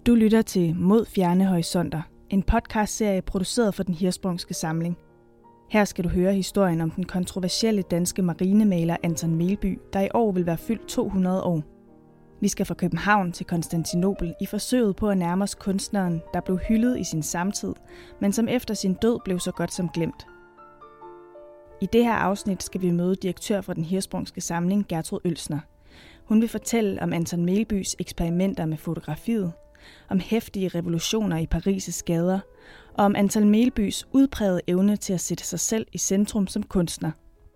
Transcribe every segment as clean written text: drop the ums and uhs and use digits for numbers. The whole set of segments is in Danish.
Du lytter til Mod fjerne horisonter, en podcastserie produceret for Den Hirschsprungske Samling. Her skal du høre historien om den kontroversielle danske marinemaler Anton Melby, der i år vil være fyldt 200 år. Vi skal fra København til Konstantinopel i forsøget på at nærme os kunstneren, der blev hyldet i sin samtid, men som efter sin død blev så godt som glemt. I det her afsnit skal vi møde direktør for Den Hirschsprungske Samling, Gertrud Oelsner. Hun vil fortælle om Anton Melbys eksperimenter med fotografiet, om heftige revolutioner i Paris' gader, og om Anton Melbys udprægede evne til at sætte sig selv i centrum som kunstner.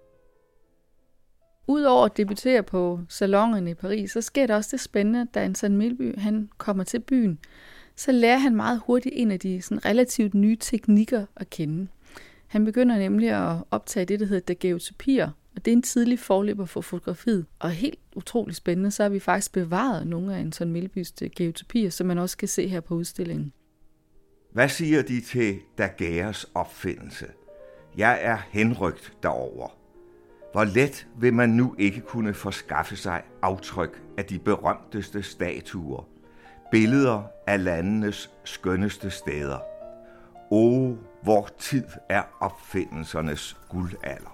Udover at debutere på salonen i Paris, så sker der også det spændende, da Anton Melby han kommer til byen. Så lærer han meget hurtigt en af de sådan relativt nye teknikker at kende. Han begynder nemlig at optage det, der hedder daguerreotypier, og det er en tidlig forløber for fotografiet. Og helt utroligt spændende, så har vi faktisk bevaret nogle af Anton Melbys daguerreotypier, som man også kan se her på udstillingen. Hvad siger de til Daguerres opfindelse? Jeg er henrygt derover. Hvor let vil man nu ikke kunne forskaffe sig aftryk af de berømteste statuer, billeder af landenes skønneste steder. Hvor tid er opfindelsernes guldalder.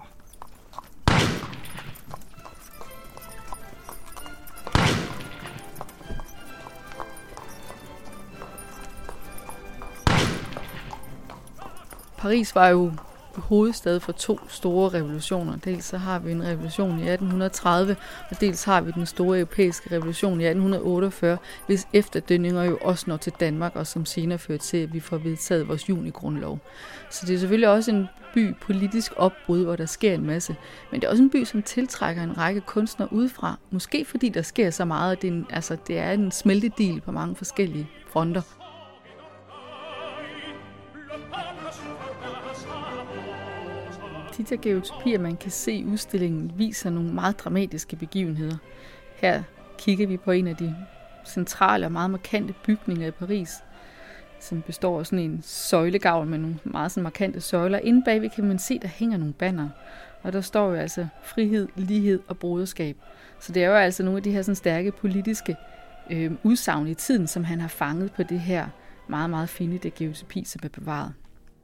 Paris var jo hovedstad for to store revolutioner. Dels så har vi en revolution i 1830, og dels har vi den store europæiske revolution i 1848, hvis efterdønninger jo også når til Danmark, og som senere fører til, at vi får vedtaget vores junigrundlov. Så det er selvfølgelig også en by politisk opbrud, hvor der sker en masse. Men det er også en by, som tiltrækker en række kunstnere udefra. Måske fordi der sker så meget, at det er en smeltedeal på mange forskellige fronter. De daguerreotypier, man kan se i udstillingen, viser nogle meget dramatiske begivenheder. Her kigger vi på en af de centrale og meget markante bygninger i Paris, som består af sådan en søjlegavl med nogle meget sådan markante søjler. Inde bagved kan man se, der hænger nogle banner, og der står jo altså frihed, lighed og broderskab. Så det er jo altså nogle af de her sådan stærke politiske udsagn i tiden, som han har fanget på det her meget, meget fine daguerreotypi, som er bevaret.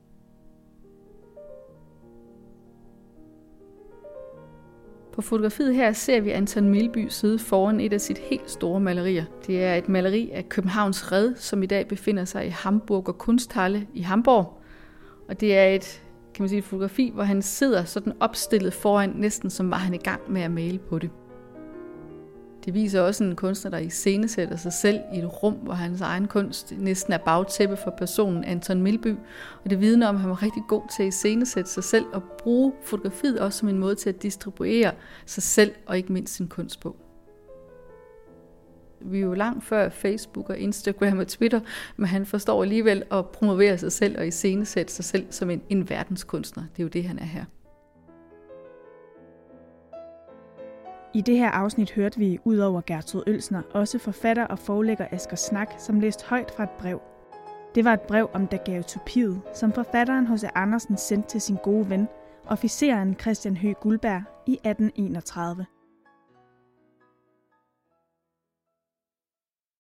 På fotografiet her ser vi Anton Melby sidde foran et af sit helt store malerier. Det er et maleri af Københavns Red, som i dag befinder sig i Hamburger Kunsthalle i Hamburg. Og det er et fotografi, hvor han sidder sådan opstillet foran, næsten som var han i gang med at male på det. Det viser også en kunstner, der iscenesætter sig selv i et rum, hvor hans egen kunst næsten er bagtæppe for personen Anton Melby. Og det vidner om, at han var rigtig god til at iscenesætte sig selv og bruge fotografiet også som en måde til at distribuere sig selv og ikke mindst sin kunst på. Vi er jo langt før Facebook og Instagram og Twitter, men han forstår alligevel at promovere sig selv og iscenesætte sig selv som en verdenskunstner. Det er jo det, han er her. I det her afsnit hørte vi ud over Gertrud Oelsner også forfatter og forlægger Asger Snak, som læste højt fra et brev. Det var et brev om daguerreotypiet, som forfatteren H.C. Andersen sendte til sin gode ven, officeren Christian Høgh Guldberg i 1831.